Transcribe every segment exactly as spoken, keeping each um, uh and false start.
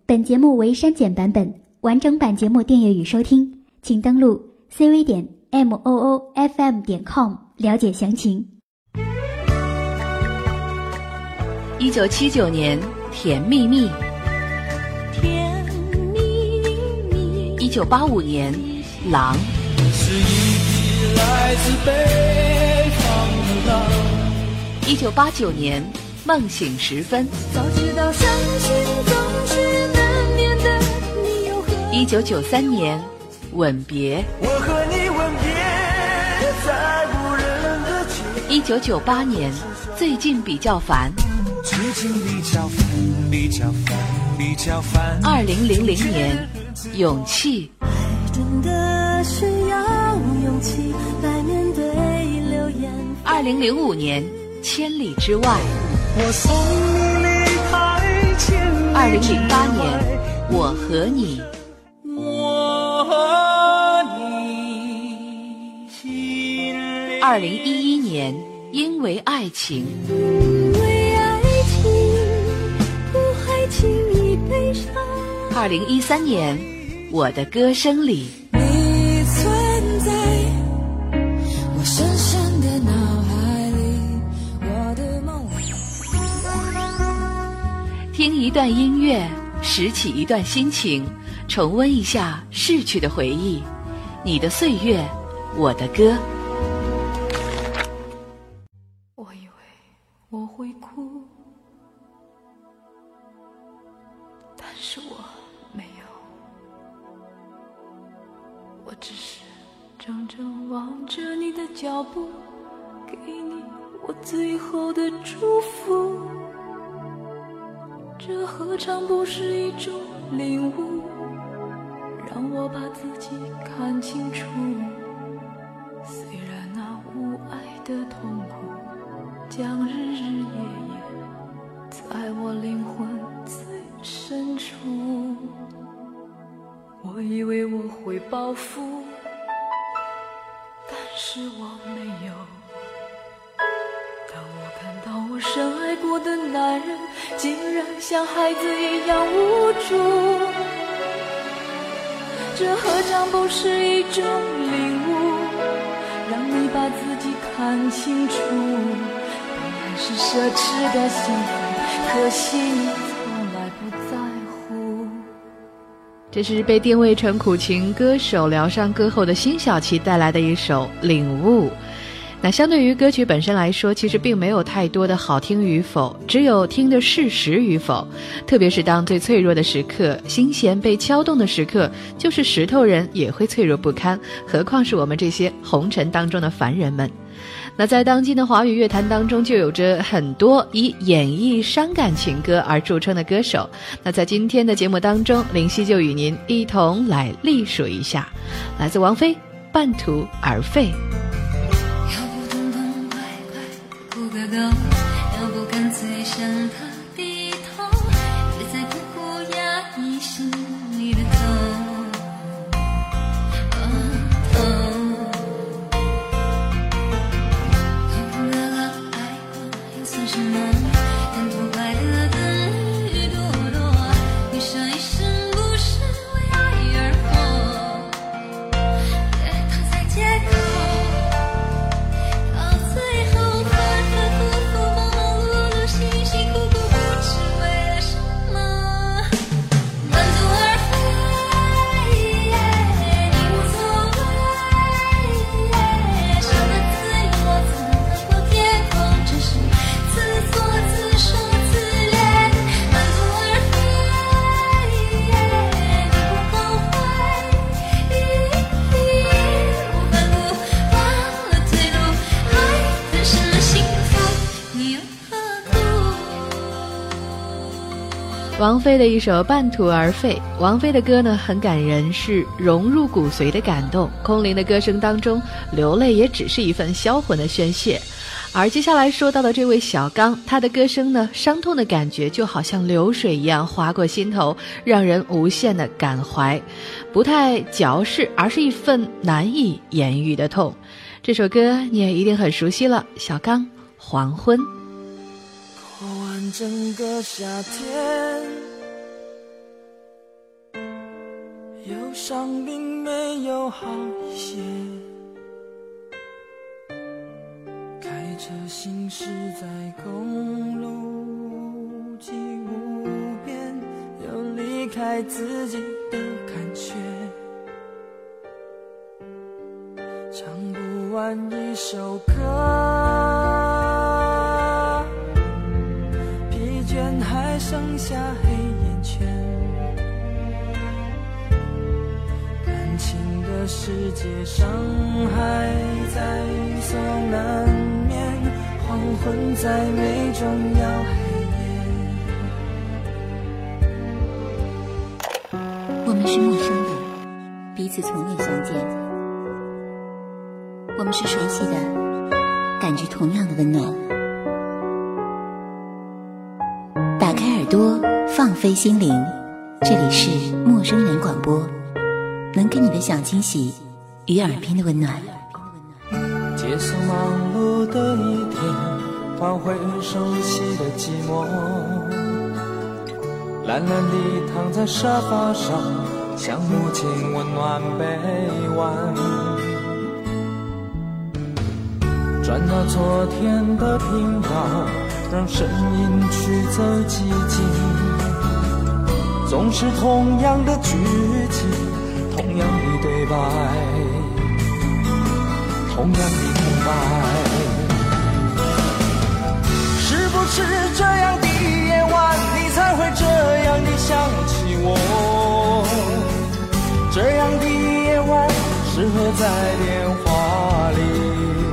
本节目为删减版本，完整版节目订阅与收听，请登录 c v 点 m o o f m 点 com 了解详情。 一九七九年，甜蜜蜜。 甜蜜蜜。 一九八五年，狼。 是一匹来自北方的狼。 一九八九年，梦醒时分。 早知道伤心总是难免的，你又何一九九三年，吻别。 我和你吻别在无人的街。 一九九八年，最近比较烦。 最近比较烦，比较烦，比较烦。 二零零零年，勇气。 爱真的需要勇气来面对流言。 二零零五年，千里之外。 我送你离开千里之外。 二零零八年，我和你。 我和你心里。 二零一一年，因为爱情。 因为爱情不还轻易悲伤。 二零一三年，我的歌声里。 你存在我深深的脑海里，我的梦里。 听一段音乐，拾起一段心情，重温一下逝去的回忆。你的岁月，我的歌。 我以为我会哭，但是我没有。我只是怔怔望着你的脚步，给你我最后的祝福。这何尝不是一种领悟，让我把自己看清楚。虽然那无爱的痛苦将日日夜夜在我灵魂最深处。我以为我会报复，但是我没有。当我看到我深爱过的男人竟然像孩子一样无助，这何尝不是一种领悟，让你把自己看清楚。本来是奢侈的幸福，可惜你从来不在乎。 这是被定位成苦情歌手疗伤歌后的辛晓琪带来的一首《领悟》。那相对于歌曲本身来说，其实并没有太多的好听与否，只有听的事实与否。特别是当最脆弱的时刻，心弦被敲动的时刻，就是石头人也会脆弱不堪，何况是我们这些红尘当中的凡人们。那在当今的华语乐坛当中，就有着很多以演绎伤感情歌而著称的歌手。那在今天的节目当中，林夕就与您一同来历数一下。来自王菲，半途而废。 要不痛痛快快哭个够，要不干脆向他低头，别再苦苦压抑心里的痛。 王菲的一首《半途而废》。王菲的歌呢很感人，是融入骨髓的感动，空灵的歌声当中流泪也只是一份销魂的宣泄。而接下来说到的这位小刚，他的歌声呢，伤痛的感觉就好像流水一样划过心头，让人无限的感怀，不太矫饰，而是一份难以言喻的痛。这首歌你也一定很熟悉了，小刚《黄昏》。 过完整个夏天， 忧伤并没有好一些，开车行驶在公路际无边，有离开自己的感觉，唱不完一首歌，疲倦还剩下黑眼圈，感情的世界伤害在所难免，黄昏再美终要黑夜。 我们是陌生的，彼此从未相见，我们是熟悉的，感觉同样的温暖。打开耳朵，放飞心灵，这里是陌生人广播，能给你的小惊喜与耳边的温暖。 结束忙碌的一天，换回熟悉的寂寞，懒懒地躺在沙发上，像母亲温暖臂弯，转到昨天的频道，让声音驱走寂静，总是同样的剧情，同样的对白，同样的空白。是不是这样的夜晚，你才会这样的想起我？这样的夜晚适合在电话里，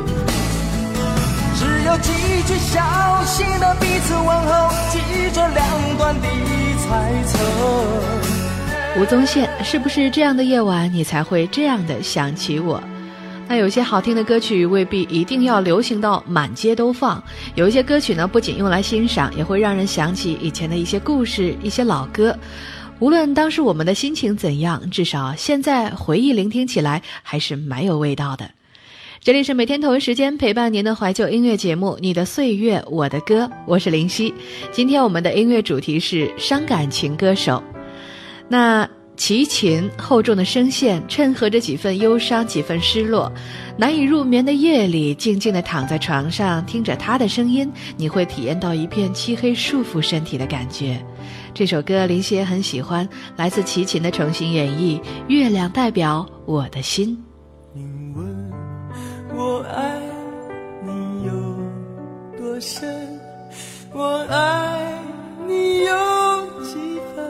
只有几句小心的彼此问候，记着两端的猜测。 吴宗宪，是不是这样的夜晚你才会这样的想起我？那有些好听的歌曲未必一定要流行到满街都放，有一些歌曲呢，不仅用来欣赏，也会让人想起以前的一些故事，一些老歌。无论当时我们的心情怎样，至少现在回忆聆听起来还是蛮有味道的。这里是每天同一时间陪伴您的怀旧音乐节目，你的岁月我的歌，我是林夕。今天我们的音乐主题是伤感情歌手。那齐秦厚重的声线衬合着几分忧伤，几分失落，难以入眠的夜里，静静地躺在床上，听着他的声音，你会体验到一片漆黑束缚身体的感觉。这首歌林夕也很喜欢，来自齐秦的重新演绎，月亮代表我的心。 你问我爱你有多深，我爱你有几分，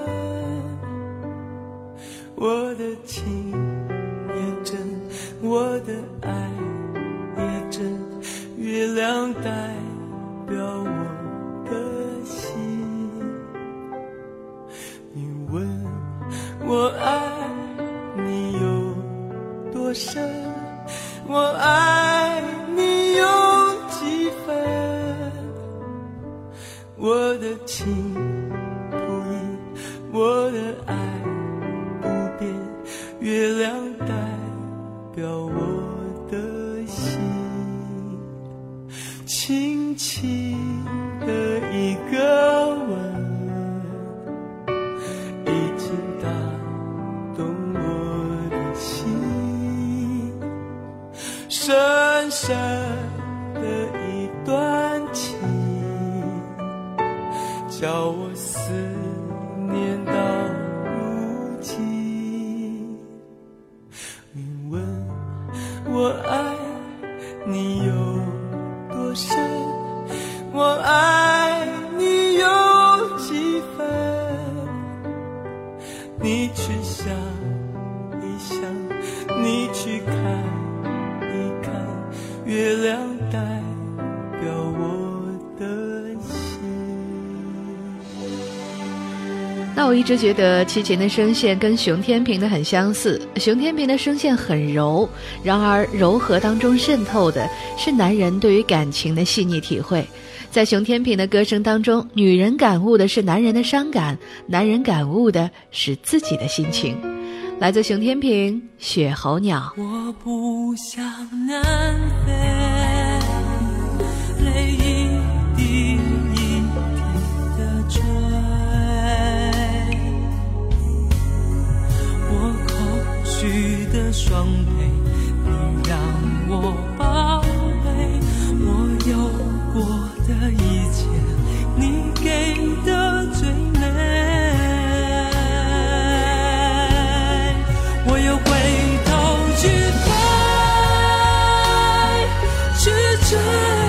我的情也真，我的爱也真，月亮代表我的心。你问我爱你有多深，我爱你有几分，我的情不移，我的爱月亮代表我的心，轻轻的一个吻，已经打动我的心，深深的一段情，叫我思念到如今。我爱你有多深，我爱你有几分，你去想一想，你去看一看，月亮代表我的心。 那我一直觉得齐秦的声线跟熊天平的很相似，熊天平的声线很柔，然而柔和当中渗透的是男人对于感情的细腻体会。在熊天平的歌声当中，女人感悟的是男人的伤感，男人感悟的是自己的心情。来自熊天平，雪候鸟。 我不想南飞，泪一滴一滴的坠，我双倍，你让我宝贝，我有过的一切，你给的最美。我又回头去追，去追，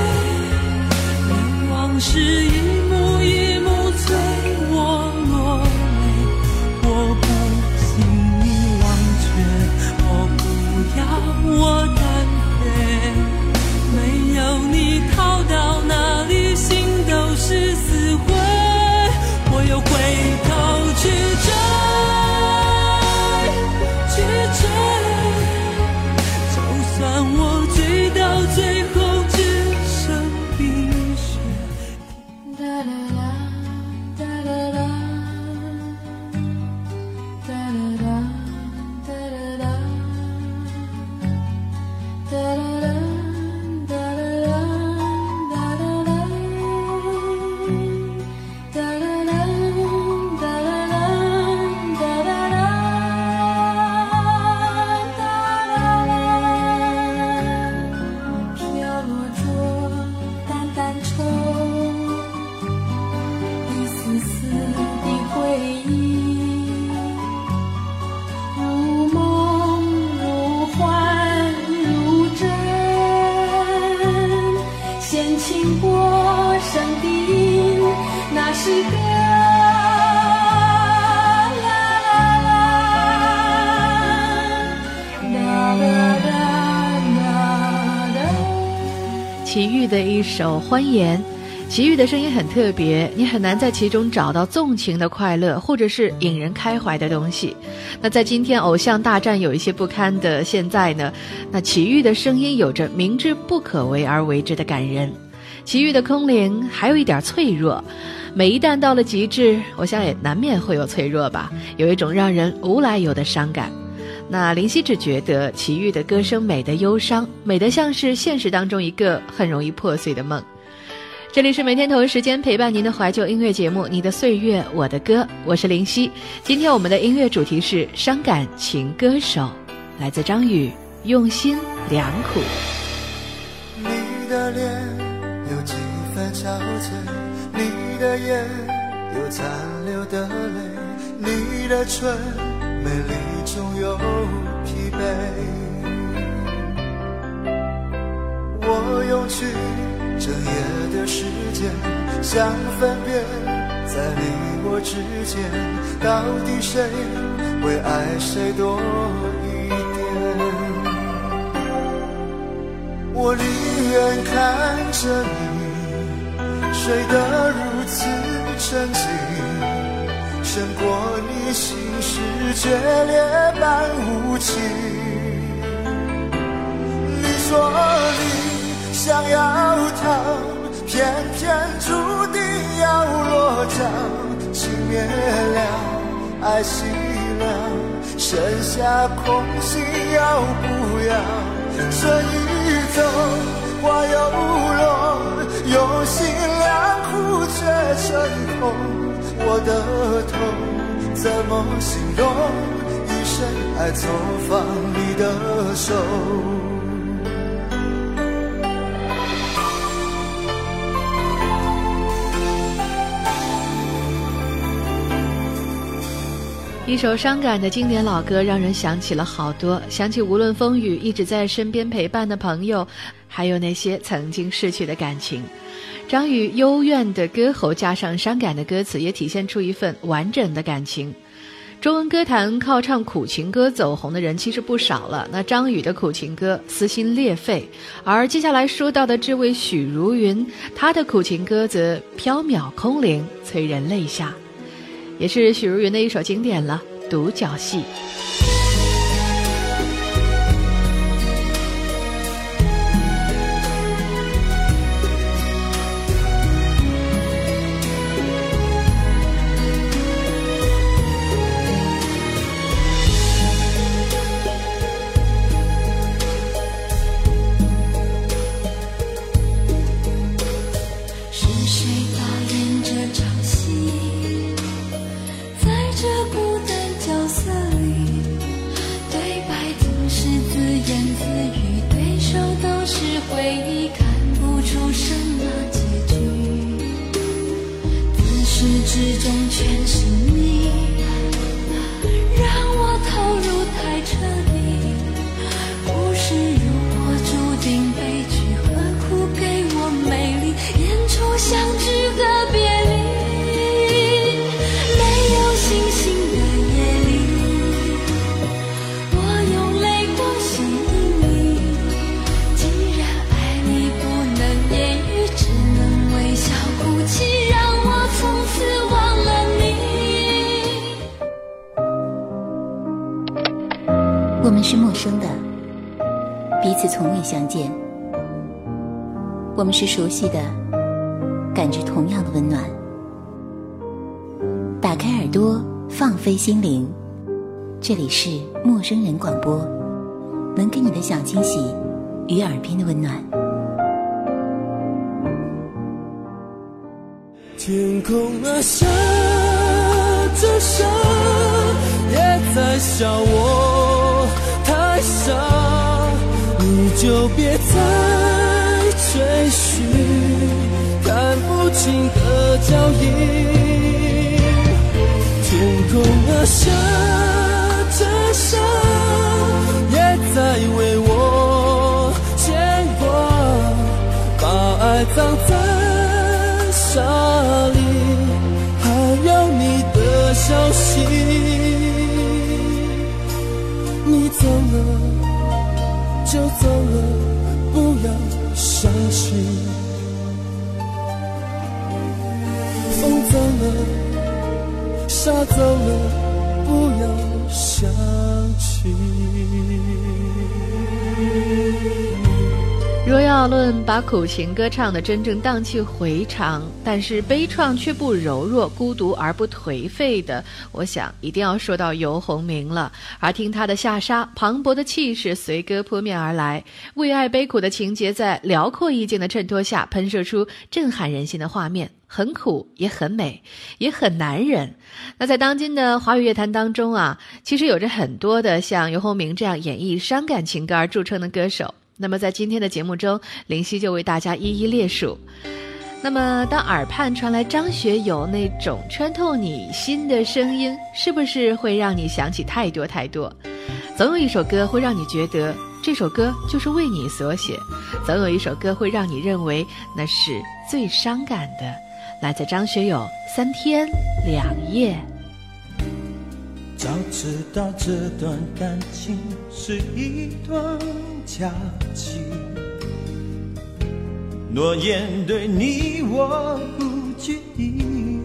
任往事一幕一幕催我落泪。我不信你忘却，我不要我单飞，没有你逃到哪里心都是死灰。我又回头去追，去追，就算我追到最后只剩冰雪。哒啦啦，哒啦啦，哒啦啦，哒啦啦，哒啦啦，哒啦啦，哒啦啦，哒啦啦，哒啦啦，哒啦啦，哒啦啦，飘落着淡淡愁，一丝丝的回忆，如梦如幻如真，掀起我生的那是个啦啦啦，啦啦啦啦啦。 齐豫的一首《欢颜》，齐豫的声音很特别，你很难在其中找到纵情的快乐，或者是引人开怀的东西。那在今天偶像大战有一些不堪的现在呢，那齐豫的声音有着明知不可为而为之的感人。齐豫的空灵还有一点脆弱，每一旦到了极致，我想也难免会有脆弱吧，有一种让人无来由的伤感。那林夕只觉得齐豫的歌声美得忧伤，美得像是现实当中一个很容易破碎的梦。这里是每天同一时间陪伴您的怀旧音乐节目《你的岁月我的歌》，我是林夕。今天我们的音乐主题是伤感情歌手，来自张宇，用心良苦。 你的脸有几分憔悴，你的眼有残留的泪，你的唇美丽中有疲惫。我用去整夜的时间，想分辨在你我之间，到底谁会爱谁多一点。我宁愿看着你睡得如此沉静，胜过你心事决裂般无情。你说你想要逃，偏偏注定要落脚，情灭了，爱熄了，剩下空心要不要？春已走，花又落，用心良苦却成空。我的痛怎么形容？一生爱错放你的手。 一首伤感的经典老歌，让人想起了好多，想起无论风雨一直在身边陪伴的朋友，还有那些曾经逝去的感情。张宇幽怨的歌喉加上伤感的歌词，也体现出一份完整的感情。中文歌坛靠唱苦情歌走红的人其实不少了，那张宇的苦情歌撕心裂肺，而接下来说到的这位许茹芸，她的苦情歌则飘渺空灵，催人泪下，也是许茹芸的一首经典了，《独角戏》。 在这孤单角色里始终全是你，让我投入太彻底。故事如果注定悲剧，何苦给我美丽演出相知的别离？没有星星的夜里，我用泪光吸引你。既然爱你不能言语，只能微笑哭泣，让我从此忘了你。 我们是陌生的，彼此从未相见。我们是熟悉的，感知同样的温暖。打开耳朵，放飞心灵，这里是陌生人广播，能给你的小惊喜与耳边的温暖。 天空啊，下着沙，也在笑我太傻，你就别再追寻看不清的脚印。天空啊，下着沙，也在为我牵挂，把爱葬在沙里，还有你的消息。你走了就走了，不要伤心。风走了，沙走了，不要想起。 若要论把苦情歌唱的真正荡气回肠，但是悲怆却不柔弱，孤独而不颓废的，我想一定要说到游鸿明了。而听他的下沙，磅礴的气势随歌扑面而来，为爱悲苦的情节在辽阔意境的衬托下喷射出震撼人心的画面，很苦也很美也很男人。那在当今的华语乐坛当中啊，其实有着很多的像游鸿明这样演绎伤感情歌而著称的歌手。那么在今天的节目中，林夕就为大家一一列数。那么当耳畔传来张学友那种穿透你心的声音，是不是会让你想起太多太多？总有一首歌会让你觉得这首歌就是为你所写，总有一首歌会让你认为那是最伤感的。来自张学友，三天两夜。 早知道这段感情是一段假期，诺言对你我不介意，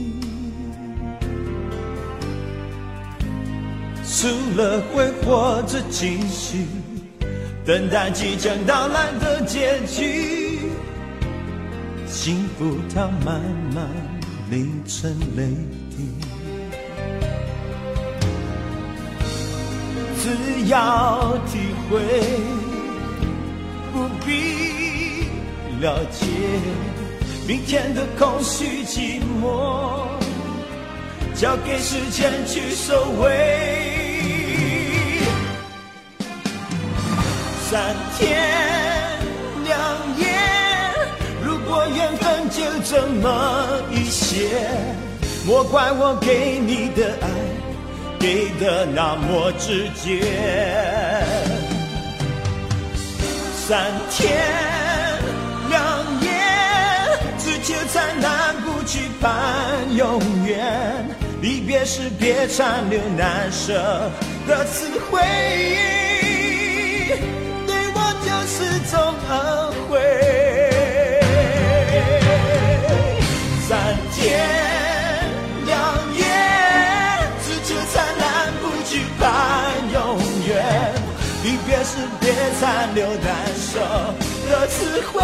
输了会活着继续，等待即将到来的结局，幸福它慢慢淋成泪滴，只要体会，不必了解明天的空虚寂寞，交给时间去收尾。三天两夜，如果缘分就这么一些，莫怪我给你的爱给的那么直接。三天两夜，只求在南部去盼永远，离别时别残留难舍的词汇，对我就是种恩惠。三天两夜，只求在南部去盼永远，离别时别残留难舍的词汇，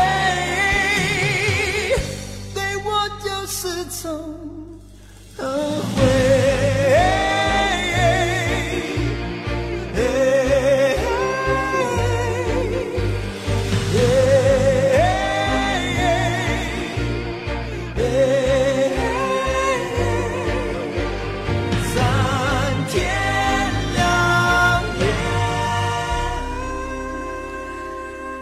对我就是种恩惠。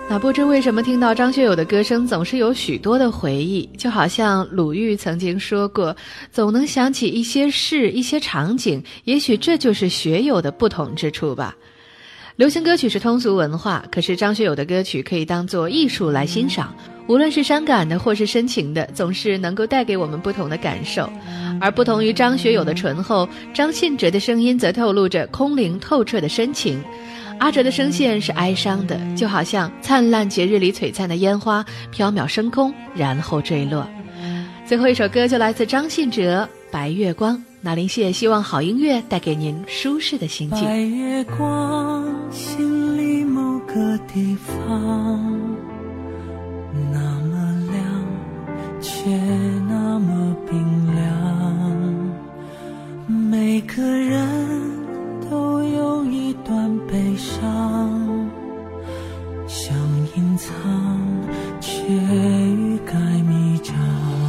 那不知为什么听到张学友的歌声总是有许多的回忆，就好像鲁豫曾经说过，总能想起一些事一些场景，也许这就是学友的不同之处吧。流行歌曲是通俗文化，可是张学友的歌曲可以当作艺术来欣赏，无论是伤感的或是深情的，总是能够带给我们不同的感受。而不同于张学友的醇厚，张信哲的声音则透露着空灵透彻的深情。阿哲的声线是哀伤的，就好像灿烂节日里璀璨的烟花，缥缈升空，然后坠落。最后一首歌就来自张信哲《白月光》。那林夕也希望好音乐带给您舒适的心境。 白月光，心里某个地方，那么亮，却那么冰凉。每个人都有一段悲伤，想隐藏，却欲盖弥彰。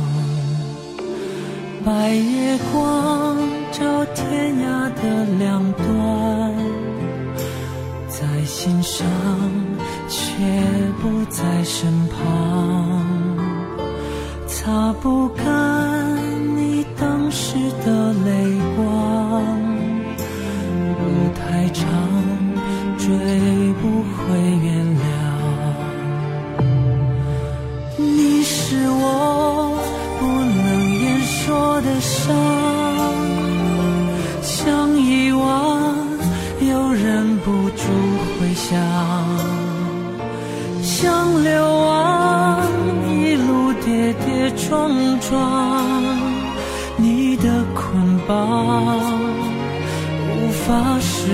白月光照天涯的两端，在心上，却不在身旁，擦不干你当时的泪光。路太长，追不回原谅。你是我不能言说的伤，想遗忘又忍不住回想，想流亡一路跌跌撞撞，你的捆绑无法释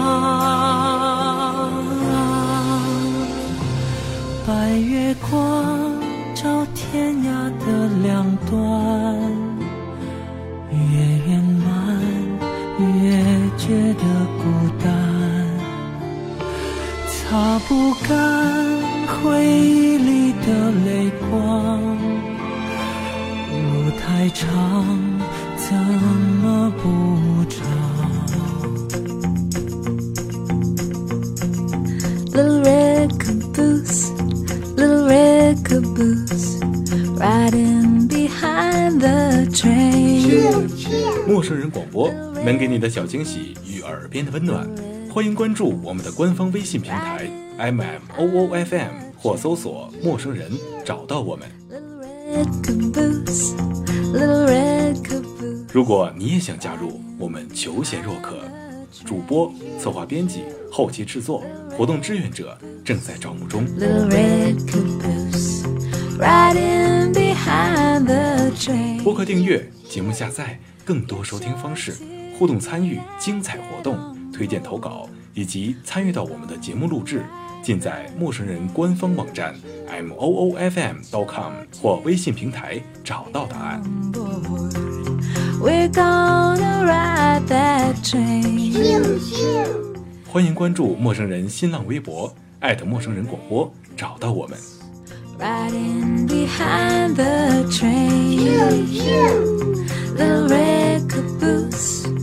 放。白月光照天涯的两端，越圆满越觉得孤单，擦不干回忆里的泪光。路太长，怎么不长 ？Little red caboose, little red caboose, riding behind the train. 陌生人广播能给你的小惊喜与耳边的温暖，欢迎关注我们的官方微信平台 M M O O F M 或搜索陌生人找到我们。如果你也想加入，我们求贤若渴，主播、策划编辑、后期制作、活动志愿者正在招募中。播客订阅、节目下载、更多收听方式、互动参与、精彩活动、推荐投稿以及参与到我们的节目录制，尽在陌生人官方网站 M O O F M 点 com 或微信平台找到答案。欢迎关注陌生人新浪微博艾特陌生人广播，找到我们。 Riding behind the train, little red caboose.